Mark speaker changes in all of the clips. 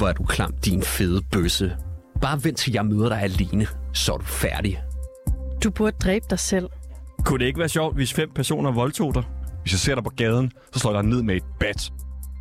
Speaker 1: hvor er du klam, din fede bøsse. Bare vent til jeg møder dig alene, så er du færdig.
Speaker 2: Du burde dræbe dig selv.
Speaker 3: Kunne det ikke være sjovt, hvis 5 personer voldtog dig? Hvis jeg ser dig på gaden, så slår jeg dig ned med et bat.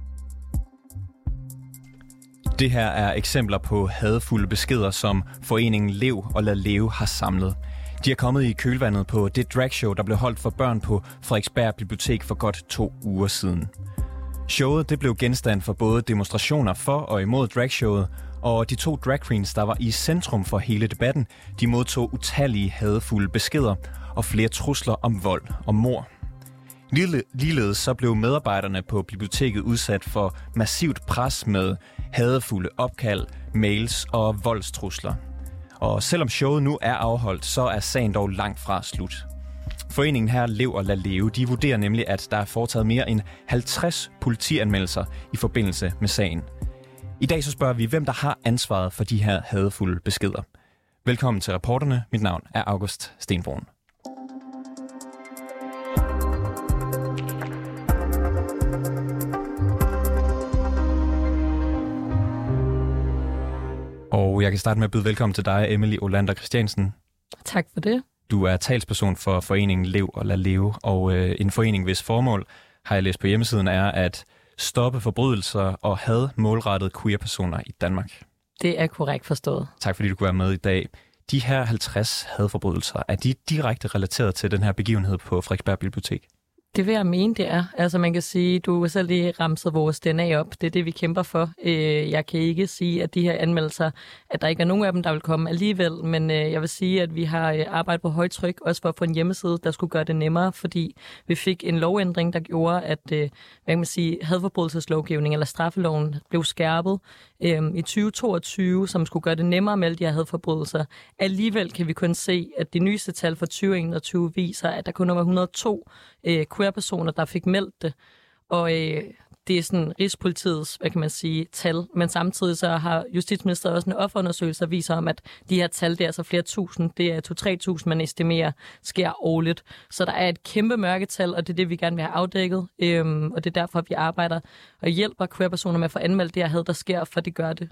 Speaker 4: Det her er eksempler på hadefulde beskeder, som foreningen Lev og Lad Leve har samlet. De er kommet i kølvandet på det dragshow, der blev holdt for børn på Frederiksberg Bibliotek for godt 2 uger siden. Showet det blev genstand for både demonstrationer for og imod dragshowet, og de 2 drag queens, der var i centrum for hele debatten, de modtog utallige hadefulde beskeder og flere trusler om vold og mord. Ligeledes så blev medarbejderne på biblioteket udsat for massivt pres med hadefulde opkald, mails og voldstrusler. Og selvom showet nu er afholdt, så er sagen dog langt fra slut. Foreningen her Lev og Lad Leve, de vurderer nemlig, at der er foretaget mere end 50 politianmeldelser i forbindelse med sagen. I dag så spørger vi, hvem der har ansvaret for de her hadefulde beskeder. Velkommen til Reporterne. Mit navn er August Stenbrun. Og jeg kan starte med at byde velkommen til dig, Emily Olander Christiansen.
Speaker 2: Tak for det.
Speaker 4: Du er talsperson for foreningen Lev og Lad Leve, og en forening, hvis formål, har jeg læst på hjemmesiden, er at stoppe forbrydelser og had målrettet queer-personer i Danmark.
Speaker 2: Det er korrekt forstået.
Speaker 4: Tak fordi du kunne være med i dag. De her 50 hadforbrydelser, er de direkte relateret til den her begivenhed på Frederiksberg Bibliotek?
Speaker 2: Det vil jeg mene, det er. Altså man kan sige, du har selv lige ramset vores DNA op. Det er det, vi kæmper for. Jeg kan ikke sige, at de her anmeldelser, at der ikke er nogen af dem, der vil komme alligevel. Men jeg vil sige, at vi har arbejdet på højt tryk, også for at få en hjemmeside, der skulle gøre det nemmere. Fordi vi fik en lovændring, der gjorde, at hvad kan man sige, hadforbrydelseslovgivning eller straffeloven blev skærpet i 2022, som skulle gøre det nemmere at melde de her hadforbrydelser. Alligevel kan vi kun se, at de nyeste tal for 2021 viser, at der kun var 102 queer-personer, der fik meldt det. Og det er sådan Rigspolitiets, hvad kan man sige, tal. Men samtidig så har Justitsministeriet også en offerundersøgelse, der viser om, at de her tal, det er altså flere tusind. Det er 2-3.000, man estimerer, sker årligt. Så der er et kæmpe mørketal, og det er det, vi gerne vil have afdækket. Og det er derfor, vi arbejder og hjælper queer-personer med at få anmeldt det her had, der sker, for det gør det.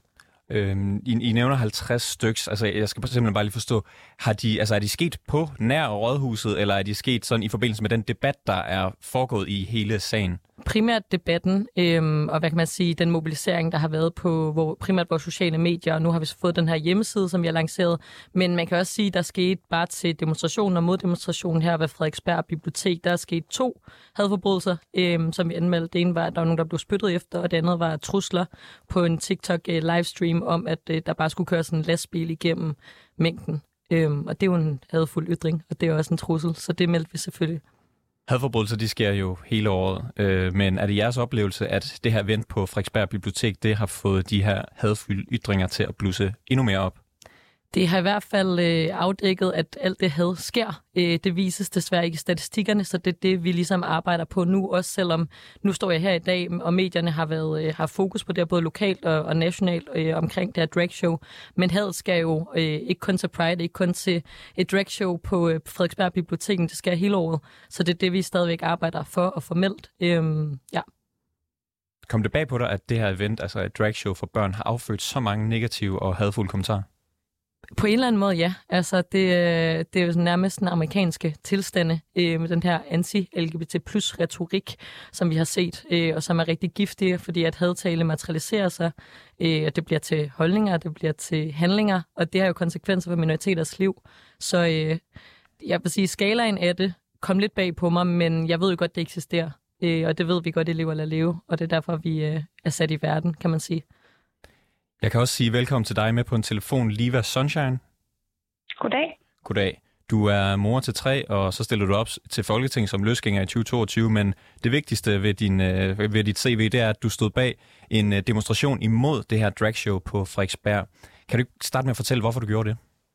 Speaker 4: I nævner 50 styks, altså jeg skal simpelthen bare lige forstå, er de sket på nær rådhuset, eller er de sket sådan i forbindelse med den debat, der er foregået i hele sagen?
Speaker 2: Primært debatten, og hvad kan man sige, den mobilisering, der har været på primært vores sociale medier, og nu har vi så fået den her hjemmeside, som vi har lanceret, men man kan også sige, der skete bare til demonstrationen og moddemonstrationen her ved Frederiksberg Bibliotek, der er sket 2 hadforbrydelser, som vi anmeldte. Det ene var, at der var nogen, der blev spyttet efter, og det andet var trusler på en TikTok-livestream om, at der bare skulle køre sådan en lastbil igennem mængden. Og det er jo en hadfuld ytring, og det er også en trussel, så det meldte vi selvfølgelig.
Speaker 4: Hadforbrydelser, de sker jo hele året, men er det jeres oplevelse, at det her event på Frederiksberg Bibliotek, det har fået de her hadfulde ytringer til at blusse endnu mere op?
Speaker 2: Det har i hvert fald afdækket, at alt det had sker. Det vises desværre ikke i statistikkerne, så det er det, vi ligesom arbejder på nu, også selvom nu står jeg her i dag, og medierne har fokus på det både lokalt og nationalt omkring det her dragshow. Men had skal jo ikke kun til Pride, ikke kun til et dragshow på Frederiksberg Biblioteken, det skal hele året. Så det er det, vi stadigvæk arbejder for at få meldt. Ja.
Speaker 4: Kom det bag på dig, at det her event, altså et dragshow for børn, har affødt så mange negative og hadfulde kommentarer?
Speaker 2: På en eller anden måde, ja. Altså, det er jo nærmest den amerikanske tilstande med den her anti-LGBT plus retorik, som vi har set, og som er rigtig giftige, fordi at hadtale materialiserer sig, og det bliver til holdninger, det bliver til handlinger, og det har jo konsekvenser for minoriteters liv. Så jeg vil sige, skalaen af det kom lidt bag på mig, men jeg ved jo godt, det eksisterer, og det ved vi godt i Lev og Lad Leve, og det er derfor, vi er sat i verden, kan man sige.
Speaker 4: Jeg kan også sige velkommen til dig med på en telefon, Liva Sunshine.
Speaker 5: Goddag.
Speaker 4: Goddag. Du er mor til 3, og så stiller du op til Folketinget som løsgænger i 2022, men det vigtigste ved dit CV, det er, at du stod bag en demonstration imod det her dragshow på Frederiksberg. Kan du starte med at fortælle, hvorfor du gjorde det?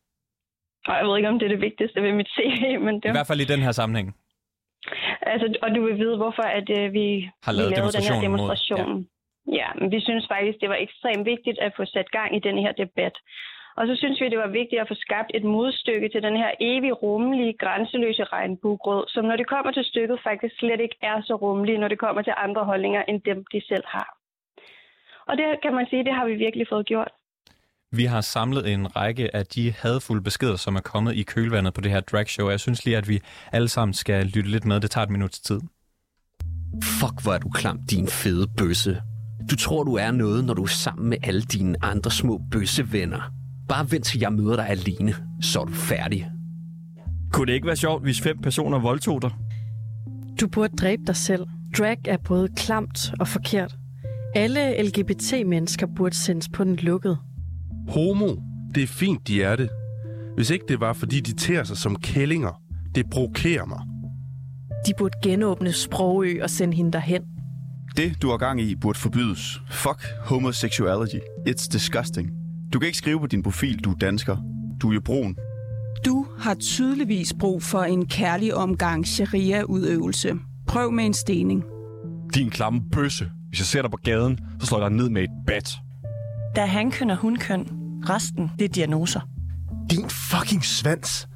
Speaker 5: Jeg ved ikke, om det er det vigtigste ved mit CV, men det...
Speaker 4: I hvert fald i den her sammenhæng.
Speaker 5: Altså, og du vil vide, hvorfor at vi
Speaker 4: har lavet
Speaker 5: den her demonstration.
Speaker 4: Mod,
Speaker 5: ja, men vi synes faktisk, det var ekstremt vigtigt at få sat gang i den her debat. Og så synes vi, det var vigtigt at få skabt et modstykke til den her evig rummelige, grænseløse regnbuegrød, som når det kommer til stykket faktisk slet ikke er så rummelige, når det kommer til andre holdninger end dem, de selv har. Og det kan man sige, det har vi virkelig fået gjort.
Speaker 4: Vi har samlet en række af de hadfulde beskeder, som er kommet i kølvandet på det her dragshow. Jeg synes lige, at vi alle sammen skal lytte lidt med. Det tager et minuts tid.
Speaker 1: Fuck, hvor er du klam, din fede bøsse. Du tror, du er noget, når du er sammen med alle dine andre små bøssevenner. Bare vent til jeg møder dig alene, så er du færdig.
Speaker 3: Kunne det ikke være sjovt, hvis 5 personer voldtog dig?
Speaker 6: Du burde dræbe dig selv. Drag er både klamt og forkert. Alle LGBT-mennesker burde sendes på den lukkede.
Speaker 7: Homo, det er fint, de er det. Hvis ikke det var, fordi de tærer sig som kællinger. Det provokerer mig.
Speaker 6: De burde genåbne Sprogø og sende hende derhen.
Speaker 8: Det, du har gang i, burde forbydes. Fuck homosexuality. It's disgusting. Du kan ikke skrive på din profil, du er dansker. Du er jo brun.
Speaker 9: Du har tydeligvis brug for en kærlig omgang sharia-udøvelse. Prøv med en stening.
Speaker 3: Din klamme bøsse. Hvis jeg ser dig på gaden, så slår jeg dig ned med et bat.
Speaker 10: Der er hankøn og hunkøn. Resten, det er diagnoser.
Speaker 7: Din fucking svans.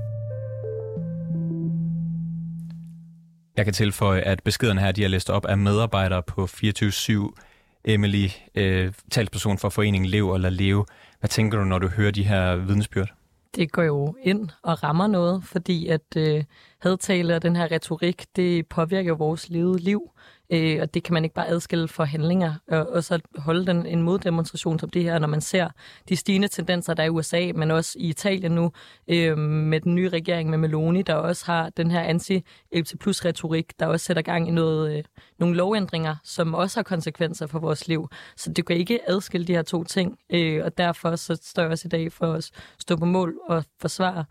Speaker 4: Jeg kan tilføje, at beskederne her, de er læst op af medarbejdere på 24/7. Emily, talsperson for foreningen Lev og Lad Leve. Hvad tænker du, når du hører de her vidnesbyrd?
Speaker 2: Det går jo ind og rammer noget, fordi at hadtale og den her retorik, det påvirker vores levede liv. Og det kan man ikke bare adskille for handlinger, og så holde en moddemonstration som det her, når man ser de stigende tendenser, der er i USA, men også i Italien nu, med den nye regering med Meloni, der også har den her anti-LGBT+-retorik, der også sætter gang i nogle lovændringer, som også har konsekvenser for vores liv. Så det kan ikke adskille de her to ting, og derfor så står jeg også i dag for at stå på mål og forsvare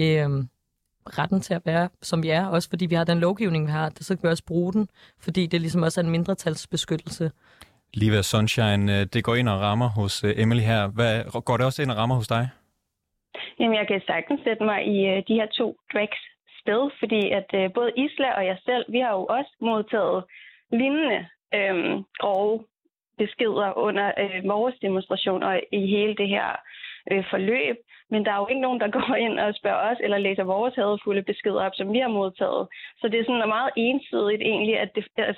Speaker 2: retten til at være, som vi er, også fordi vi har den lovgivning, vi har, så kan vi også bruge den, fordi det ligesom også er en mindretalsbeskyttelse.
Speaker 4: Liva Sunshine, det går ind og rammer hos Emily her. Går det også ind og rammer hos dig?
Speaker 5: Jamen, jeg kan sagtens sætte mig i de her 2 drags sted, fordi at både Isla og jeg selv, vi har jo også modtaget lignende grove beskeder under vores demonstrationer i hele det her forløb. Men der er jo ikke nogen, der går ind og spørger os, eller læser vores hadfulde beskeder op, som vi har modtaget. Så det er sådan meget ensidigt egentlig, at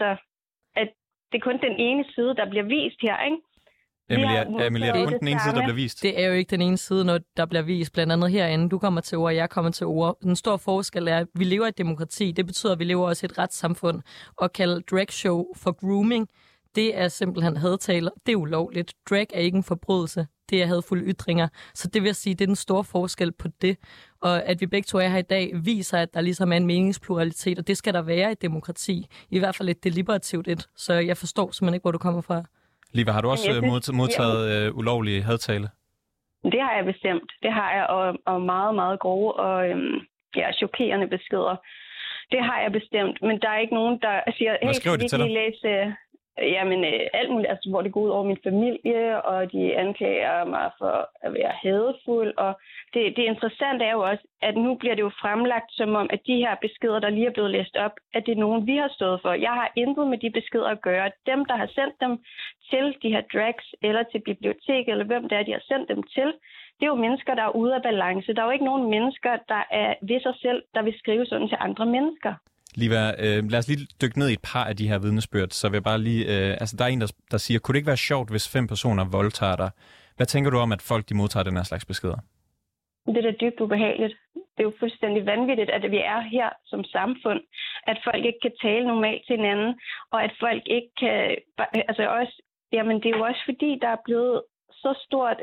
Speaker 5: det er kun den ene side, der bliver vist her, ikke?
Speaker 4: Emilie, er det kun den ene side, der bliver vist?
Speaker 2: Det er jo ikke den ene side, når der bliver vist, blandt andet herinde. Du kommer til ord, jeg kommer til ord. Den store forskel er, at vi lever i et demokrati. Det betyder, at vi lever også i et retssamfund. Og kalde dragshow for grooming, det er simpelthen hadtaler. Det er ulovligt. Drag er ikke en forbrydelse. Det er hadfulde ytringer. Så det vil jeg sige, det er den store forskel på det. Og at vi begge to er her i dag, viser, at der ligesom er en meningspluralitet, og det skal der være i et demokrati. I hvert fald et deliberativt et. Så jeg forstår simpelthen ikke, hvor du kommer fra.
Speaker 4: Liva, har du også modtaget ulovlige hadtale?
Speaker 5: Det har jeg bestemt. Det har jeg, og meget, meget grove og chokerende beskeder. Det har jeg bestemt, men der er ikke nogen, der siger,
Speaker 4: hvad skriver de til dig?
Speaker 5: Læse alt muligt, altså, hvor det går ud over min familie, og de anklager mig for at være hadefuld. Og det interessante er jo også, at nu bliver det jo fremlagt som om, at de her beskeder, der lige er blevet læst op, at det er nogen, vi har stået for. Jeg har intet med de beskeder at gøre. Dem, der har sendt dem til de her drags, eller til bibliotek, eller hvem det er, de har sendt dem til, det er jo mennesker, der er ude af balance. Der er jo ikke nogen mennesker, der er ved sig selv, der vil skrive sådan til andre mennesker.
Speaker 4: Liva, lad os lige dykke ned i et par af de her vidnesbyrd, så vil jeg bare lige... der er en, der siger, kunne det ikke være sjovt, hvis 5 personer voldtager dig? Hvad tænker du om, at folk de modtager den her slags beskeder? Det
Speaker 5: er da dybt ubehageligt. Det er jo fuldstændig vanvittigt, at vi er her som samfund. At folk ikke kan tale normalt til hinanden, og at folk ikke kan... Altså også... Jamen, det er jo også fordi, der er blevet så stort...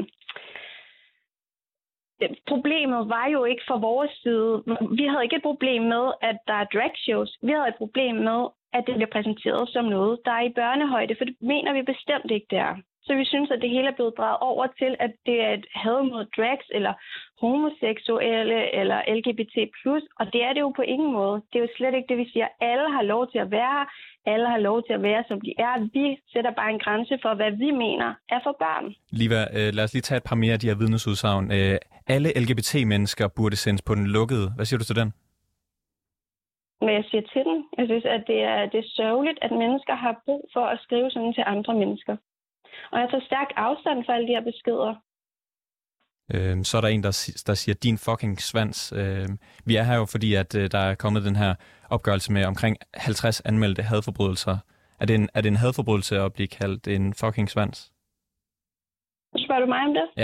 Speaker 5: Problemet var jo ikke fra vores side. Vi havde ikke et problem med, at der er dragshows. Vi havde et problem med, at det bliver præsenteret som noget, der er i børnehøjde, for det mener vi bestemt ikke, det er. Så vi synes, at det hele er blevet drejet over til, at det er et had mod drags, eller homoseksuelle, eller LGBT+, og det er det jo på ingen måde. Det er jo slet ikke det, vi siger. Alle har lov til at være her. Alle har lov til at være, som de er. Vi sætter bare en grænse for, hvad vi mener er for børn.
Speaker 4: Liva, lad os lige tage et par mere af de her vidnesudsagn. Alle LGBT-mennesker burde sendes på den lukkede. Hvad siger du til den?
Speaker 5: Hvad jeg siger til den? Jeg synes, at det er sørgeligt, at mennesker har brug for at skrive sådan til andre mennesker. Og jeg tager stærk afstand for alle de her beskeder.
Speaker 4: Så er der en, der siger, din fucking svans. Vi er her jo, fordi at der er kommet den her opgørelse med omkring 50 anmeldte hadforbrydelser Er det en hadforbrydelse at blive kaldt en fucking svans?
Speaker 5: Spørger du mig om det?
Speaker 4: Ja.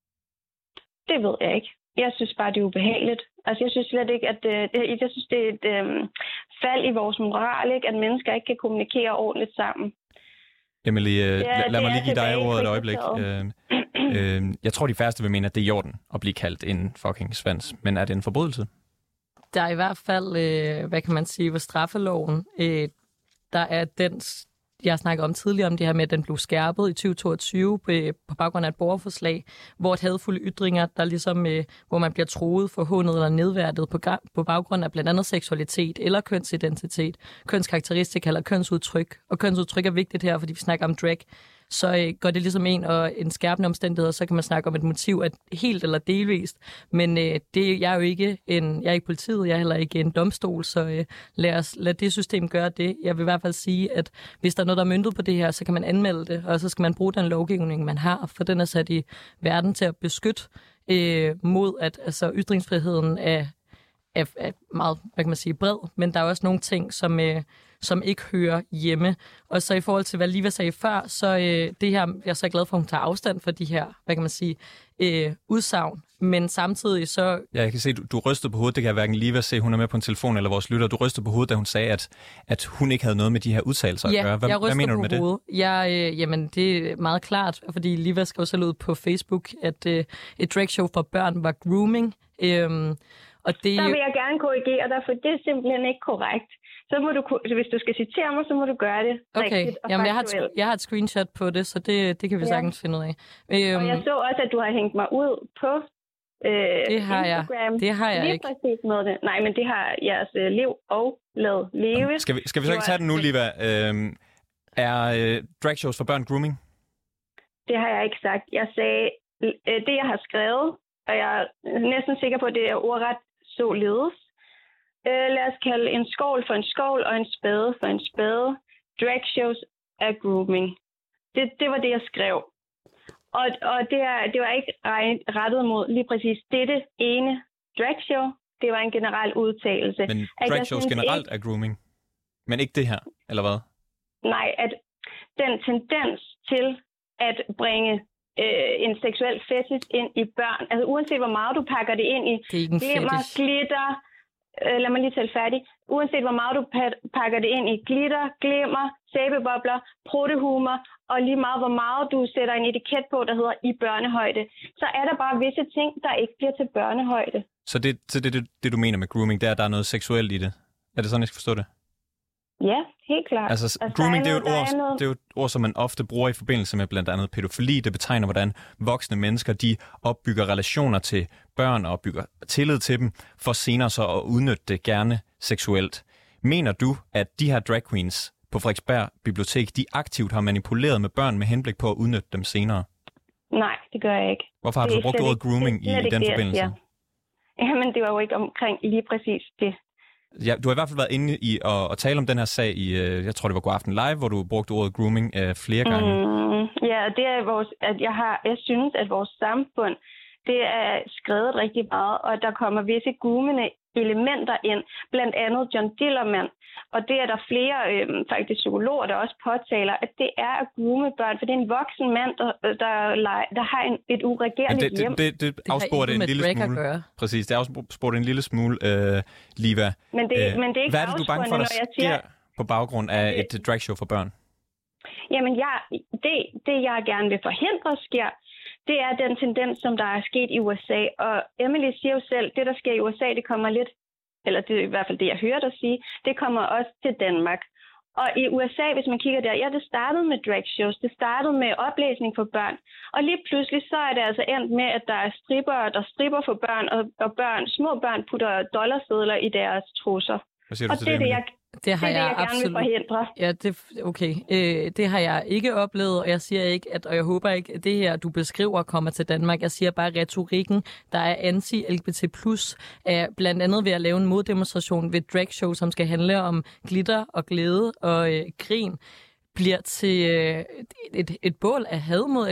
Speaker 5: Det ved jeg ikke. Jeg synes bare, det er ubehageligt. Altså, jeg synes slet ikke, at jeg synes, det er et fald i vores moral, ikke? At mennesker ikke kan kommunikere ordentligt sammen.
Speaker 4: Emily, lad mig lige give dig ordet et øjeblik. Jeg tror, de færreste vil mene, at det er i orden at blive kaldt en fucking svans. Men er det en forbrydelse?
Speaker 2: Der er i hvert fald, hvad kan man sige, ved straffeloven, der er den, jeg snakkede om tidligere, om det her med, at den blev skærpet i 2022 på baggrund af et borgerforslag, hvor et hadfulde ytringer, der ligesom, hvor man bliver truet, forhånet eller nedværtet på baggrund af blandt andet seksualitet eller kønsidentitet, kønskarakteristik eller kønsudtryk. Og kønsudtryk er vigtigt her, fordi vi snakker om drag. Så går det ligesom en skærpende omstændighed, så kan man snakke om et motiv at helt eller delvist. Men jeg er jo ikke jeg er ikke politiet, jeg er heller ikke en domstol, så lad det system gøre det. Jeg vil i hvert fald sige, at hvis der er noget, der er møntet på det her, så kan man anmelde det, og så skal man bruge den lovgivning, man har, for den er sat i verden til at beskytte mod, at altså, ytringsfriheden er meget, hvad kan man sige, bred, men der er også nogle ting, som ikke hører hjemme. Og så i forhold til, hvad Liva sagde før, så det her, jeg er så glad for, at hun tager afstand fra de her, hvad kan man sige, udsagn. Men samtidig så... Ja, jeg kan se, du rystede på hovedet. Det kan hverken Liva se, hun er med på en telefon, eller vores lytter. Du rystede på hovedet, da hun sagde, at hun ikke havde noget med de her udtalelser at gøre. Hvad mener du med det? Jamen, det er meget klart, fordi Liva skrev selv ud på Facebook, at et dragshow for børn var grooming. Og det... Der
Speaker 5: vil jeg gerne korrigere dig, for det er simpelthen ikke korrekt. Så må du, hvis du skal citere mig, så må du gøre det rigtigt og
Speaker 2: jamen, jeg har et screenshot på det, så det kan vi sagtens finde ud af.
Speaker 5: Og jeg så også, at du har hængt mig ud på Instagram.
Speaker 2: Det har jeg
Speaker 5: lige
Speaker 2: ikke.
Speaker 5: Præcis med det. Nej, men det har jeres liv og lavet leve.
Speaker 4: Skal vi så ikke tage den nu, Liva? Er dragshows for børn grooming?
Speaker 5: Det har jeg ikke sagt. Jeg sagde, det jeg har skrevet, og jeg er næsten sikker på, at det er ordret således. Lad os kalde en skål for en skål og en spade for en spade. Drag shows er grooming. Det var det, jeg skrev. Og det var ikke rettet mod lige præcis dette ene drag show. Det var en generel udtalelse.
Speaker 4: Men drag shows generelt er grooming? Men ikke det her, eller hvad?
Speaker 5: Nej, at den tendens til at bringe en seksuel fetish ind i børn, altså uanset hvor meget du pakker det ind i glimmer, glitter, lad mig lige tælle færdig. Uanset hvor meget du pakker det ind i glitter, glimmer, sæbebobler, prottehumor, og lige meget hvor meget du sætter en etiket på, der hedder i børnehøjde, så er der bare visse ting, der ikke bliver til børnehøjde.
Speaker 4: Så det du mener med grooming, det er, at der er noget seksuelt i det? Er det sådan, jeg skal forstå det?
Speaker 5: Ja, helt klart.
Speaker 4: Altså grooming, det er jo et ord, som man ofte bruger i forbindelse med blandt andet pædofili. Det betegner, hvordan voksne mennesker, de opbygger relationer til børn og bygger tillid til dem, for senere så at udnytte det gerne seksuelt. Mener du, at de her drag queens på Frederiksberg Bibliotek, de aktivt har manipuleret med børn med henblik på at udnytte dem senere?
Speaker 5: Nej, det gør jeg ikke.
Speaker 4: Hvorfor har du så brugt ordet grooming i den forbindelse?
Speaker 5: Jamen, det var jo ikke omkring lige præcis det.
Speaker 4: Ja, du har i hvert fald været inde i at tale om den her sag i, jeg tror det var Godaften Live, hvor du brugte ordet grooming flere gange.
Speaker 5: Ja, det er jeg synes, at vores samfund, det er skrevet rigtig meget, og der kommer visse groomende elementer ind, blandt andet John Dillermand. Og det er der flere faktisk psykologer, der også påtaler, at det er at groome børn, for det er en voksen mand, der har et uregerligt hjem.
Speaker 4: Det afsporer det en lille smule. Præcis, det afsporer det en lille smule, Liva.
Speaker 5: Men det er ikke
Speaker 4: hvad er det, du er bange for, der sker på baggrund af et dragshow for børn?
Speaker 5: Jamen, det jeg gerne vil forhindre sker, det er den tendens, som der er sket i USA. Og Emily siger jo selv, det der sker i USA, det kommer lidt, eller det er i hvert fald det, jeg hører dig sige, det kommer også til Danmark. Og i USA, hvis man kigger der, det startede med drag shows, det startede med oplæsning for børn. Og lige pludselig så er det altså endt med, at der er strippere, der stripper for børn, og små børn putter dollarsedler i deres trusser.
Speaker 4: Hvad siger du til
Speaker 5: det?
Speaker 2: Det har jeg
Speaker 5: absolut gerne vil forhindre.
Speaker 2: Ja, det har jeg ikke oplevet, og jeg siger ikke, og jeg håber ikke, at det her, du beskriver, kommer til Danmark. Jeg siger bare, at retorikken, der er anti-LGBT+, er blandt andet ved at lave en moddemonstration ved et dragshow, som skal handle om glitter og glæde og grin, bliver til et bål af had mod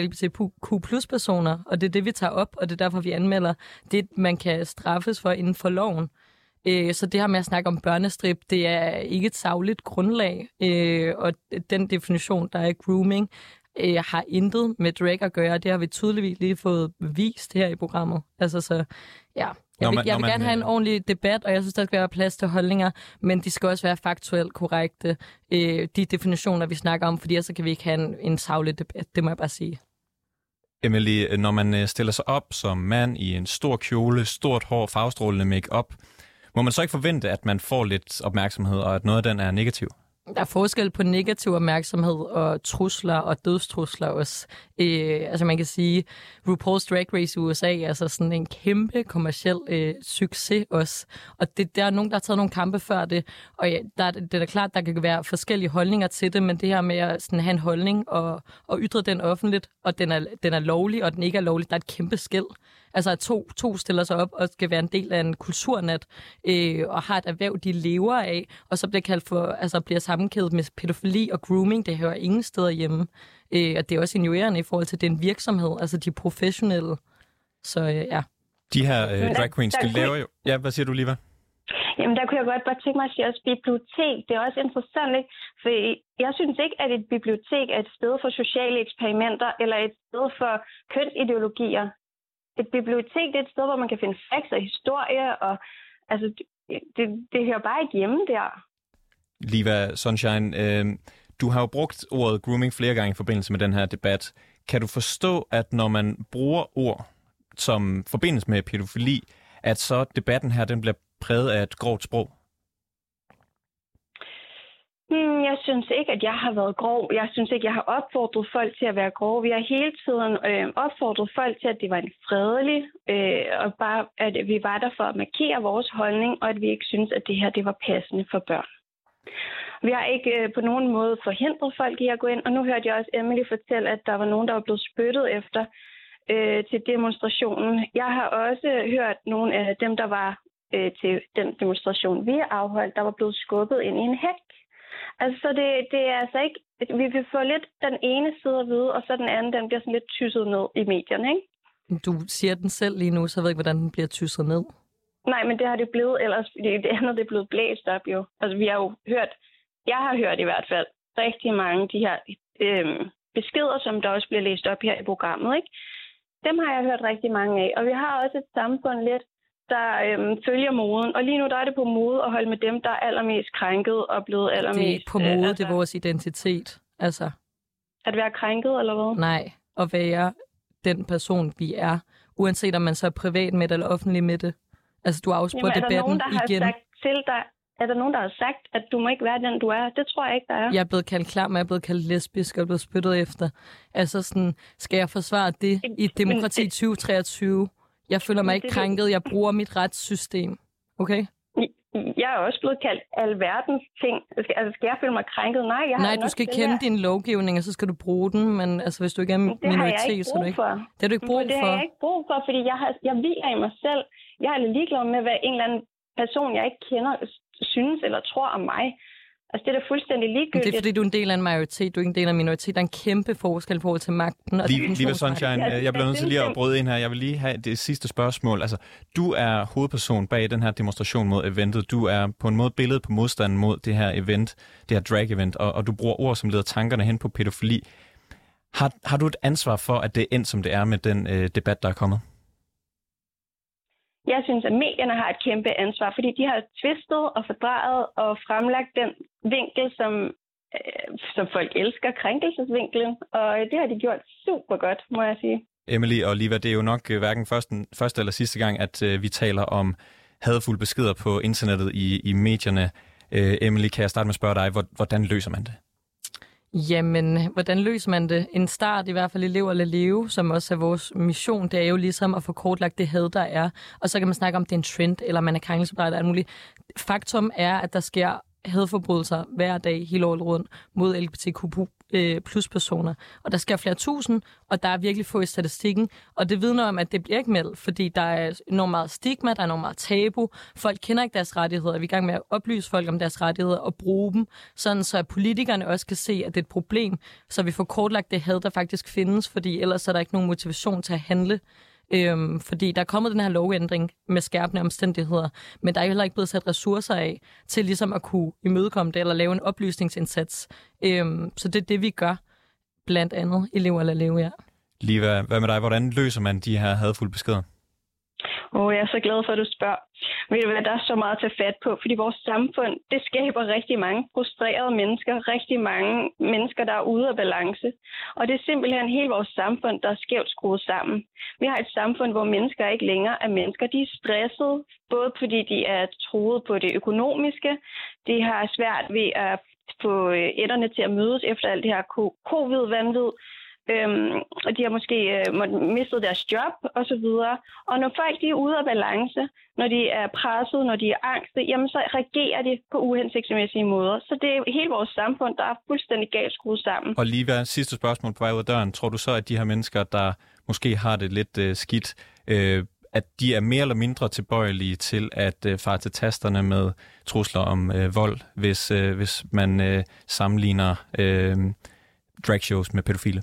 Speaker 2: LGBTQ+-personer, og det er det, vi tager op, og det er derfor, vi anmelder det, man kan straffes for inden for loven. Så det her med at snakke om børnestrip, det er ikke et sagligt grundlag, og den definition, der er grooming, har intet med drag at gøre. Det har vi tydeligvis lige fået vist her i programmet. Altså så, ja. Jeg vil gerne have en ordentlig debat, og jeg synes, der skal være plads til holdninger, men de skal også være faktuelt korrekte, de definitioner, vi snakker om, fordi så kan vi ikke have en saglig debat, det må jeg bare sige.
Speaker 4: Emily, når man stiller sig op som mand i en stor kjole, stort hår, farvestrålende make-up, må man så ikke forvente, at man får lidt opmærksomhed, og at noget af den er negativ?
Speaker 2: Der er forskel på negativ opmærksomhed og trusler og dødstrusler også. Altså man kan sige, RuPaul's Drag Race i USA er altså sådan en kæmpe kommerciel succes også. Og der er nogen, der har taget nogle kampe før det. Og ja, det er da klart, der kan være forskellige holdninger til det, men det her med at sådan have en holdning og ytre den offentligt, og den er lovlig, og den ikke er lovlig, der er et kæmpe skel. Altså at to stiller sig op og skal være en del af en kulturnat og har et erhverv, de lever af, og så bliver kaldt for, altså bliver sammenkædet med pædofili og grooming, det hører ingen steder hjemme. Og det er også injurerende i forhold til den virksomhed, altså de professionelle. Så ja.
Speaker 4: De her drag queens, de laver jo... Ja, hvad siger du, Liva?
Speaker 5: Jamen, der kunne jeg godt bare tænke mig at sige også bibliotek. Det er også interessant, ikke? For jeg synes ikke, at et bibliotek er et sted for sociale eksperimenter eller et sted for kønsideologier. Et bibliotek, det er et sted, hvor man kan finde facts og historie, og altså, det hører bare ikke hjemme der.
Speaker 4: Liva Sunshine, du har jo brugt ordet grooming flere gange i forbindelse med den her debat. Kan du forstå, at når man bruger ord, som forbindes med pædofili, at så debatten her, den bliver præget af et grovt sprog?
Speaker 5: Jeg synes ikke, at jeg har været grov. Jeg synes ikke, jeg har opfordret folk til at være grove. Vi har hele tiden opfordret folk til, at det var en fredelig, og bare at vi var der for at markere vores holdning, og at vi ikke synes, at det her det var passende for børn. Vi har ikke på nogen måde forhindret folk i at gå ind, og nu hørte jeg også Emily fortælle, at der var nogen, der var blevet spyttet efter til demonstrationen. Jeg har også hørt nogle af dem, der var til den demonstration, vi afholdt, der var blevet skubbet ind i en hæk. Altså, så det er altså ikke... Vi vil få lidt den ene side at vide, og så den anden, den bliver sådan lidt tysset ned i medierne, ikke?
Speaker 2: Du siger den selv lige nu, så jeg ved ikke, hvordan den bliver tysset ned.
Speaker 5: Nej, men det har det blevet, ellers fordi det andet det er blevet blæst op jo. Altså, vi har jo hørt... Jeg har hørt i hvert fald rigtig mange af de her beskeder, som der også bliver læst op her i programmet, ikke? Dem har jeg hørt rigtig mange af. Og vi har også et samfund lidt, der følger moden. Og lige nu der er det på mode at holde med dem, der er allermest krænket og blevet allermest...
Speaker 2: Det er ikke på mode, det er vores identitet. Altså.
Speaker 5: At være krænket, eller hvad?
Speaker 2: Nej, at være den person, vi er. Uanset om man så er privat med det eller offentlig med det. Altså, du afspurgte debatten igen.
Speaker 5: Er der nogen, der har sagt, at du må ikke være den, du er? Det tror jeg ikke, der er.
Speaker 2: Jeg er blevet kaldt klam, og jeg er blevet kaldt lesbisk, og jeg er blevet spyttet efter. Altså sådan, skal jeg forsvare det i demokrati 2023? Jeg føler mig ikke krænket, jeg bruger mit retssystem. Okay?
Speaker 5: Jeg er også blevet kaldt alverdens ting. Altså, skal jeg føle mig krænket? Nej,
Speaker 2: du skal kende din lovgivning, og så skal du bruge den, men altså, hvis du ikke er minoritet, så er du ikke... Det har du ikke brug for.
Speaker 5: Det har jeg ikke brug for, fordi jeg hviler i mig selv. Jeg er ligeglad med, hvad en eller anden person, jeg ikke kender, synes eller tror om mig. Altså, det er da fuldstændig ligegyldigt.
Speaker 2: Det er, fordi du er en del af en majoritet, du er ikke en del af en minoritet. Der er en kæmpe forskel i forhold til magten.
Speaker 4: Liva Sunshine, jeg bliver nødt til lige at bryde ind her. Jeg vil lige have det sidste spørgsmål. Altså, du er hovedperson bag den her demonstration mod eventet. Du er på en måde billedet på modstanden mod det her event, det her drag-event, og du bruger ord, som leder tankerne hen på pædofili. Har du et ansvar for, at det er endt, som det er med den debat, der er kommet?
Speaker 5: Jeg synes, at medierne har et kæmpe ansvar, fordi de har twistet og fordrejet og fremlagt den vinkel, som folk elsker, krænkelsesvinklen, og det har de gjort super godt, må jeg sige.
Speaker 4: Emily og Liva, det er jo nok hverken første eller sidste gang, at vi taler om hadfulde beskeder på internettet i medierne. Emily, kan jeg starte med at spørge dig, hvordan løser man det?
Speaker 2: Jamen, hvordan løser man det? En start i hvert fald i Lev og Lad Leve, som også er vores mission, det er jo ligesom at få kortlagt det had, der er. Og så kan man snakke om, det er en trend, eller man er krænkelsesparat og alt muligt. Faktum er, at der sker hadforbrydelser hver dag hele året rundt mod LGBTQ plus personer. Og der sker flere tusind, og der er virkelig få i statistikken. Og det vidner om, at det bliver ikke meldt, fordi der er enormt meget stigma, der er enormt meget tabu. Folk kender ikke deres rettigheder. Vi er i gang med at oplyse folk om deres rettigheder og bruge dem, sådan så at politikerne også kan se, at det er et problem, så vi får kortlagt det had, der faktisk findes, fordi ellers er der ikke nogen motivation til at handle. Fordi der er kommet den her lovændring med skærpende omstændigheder, men der er jo heller ikke blevet sat ressourcer af til ligesom at kunne imødekomme det eller lave en oplysningsindsats. Så det er det, vi gør, blandt andet i Lev eller Leve, ja.
Speaker 4: Liva, hvad med dig? Hvordan løser man de her hadfulde beskeder?
Speaker 5: Jeg er så glad for, at du spørger. Ved du hvad, der er så meget at tage fat på, fordi vores samfund, det skaber rigtig mange frustrerede mennesker, rigtig mange mennesker, der er ude af balance. Og det er simpelthen hele vores samfund, der er skævt skruet sammen. Vi har et samfund, hvor mennesker ikke længere er mennesker. De er stressede, både fordi de er truet på det økonomiske, de har svært ved at få enderne til at mødes efter alt det her covid-vanvid, og de har måske mistet deres job og så videre. Og når folk de er ude af balance, når de er presset, når de er angste, jamen så reagerer de på uhensigtsmæssige måder. Så det er hele vores samfund, der er fuldstændig galt skruet sammen.
Speaker 4: Og Liva, sidste spørgsmål på vej ud af døren. Tror du så, at de her mennesker, der måske har det lidt skidt, at de er mere eller mindre tilbøjelige til at fare til tasterne med trusler om vold, hvis man sammenligner dragshows med pædofile?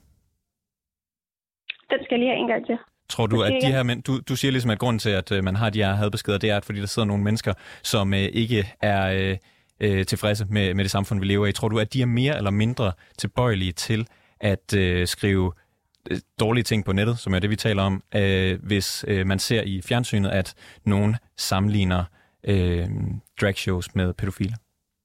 Speaker 5: Den skal jeg lige have en gang til.
Speaker 4: Tror du, at de her du siger ligesom, at grunden til, at man har de her hadbeskeder, det er, at fordi der sidder nogle mennesker, som ikke er tilfredse med det samfund, vi lever i. Tror du, at de er mere eller mindre tilbøjelige til at skrive dårlige ting på nettet, som er det, vi taler om, hvis man ser i fjernsynet, at nogen sammenligner dragshows med pædofile?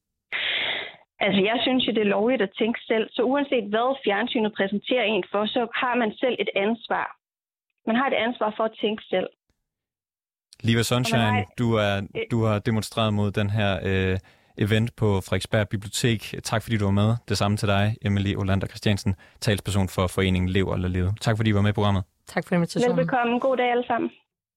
Speaker 5: Altså, jeg synes jo, det er lovligt at tænke selv. Så uanset hvad fjernsynet præsenterer en for, så har man selv et ansvar. Man har et ansvar for at tænke selv.
Speaker 4: Liva Sunshine, du har demonstreret mod den her event på Frederiksberg Bibliotek. Tak fordi du var med. Det samme til dig, Emily Olander Christiansen, talsperson for foreningen Lev eller Leve. Tak fordi du var med i programmet.
Speaker 2: Tak for invitationen.
Speaker 5: Velbekomme. God dag alle sammen.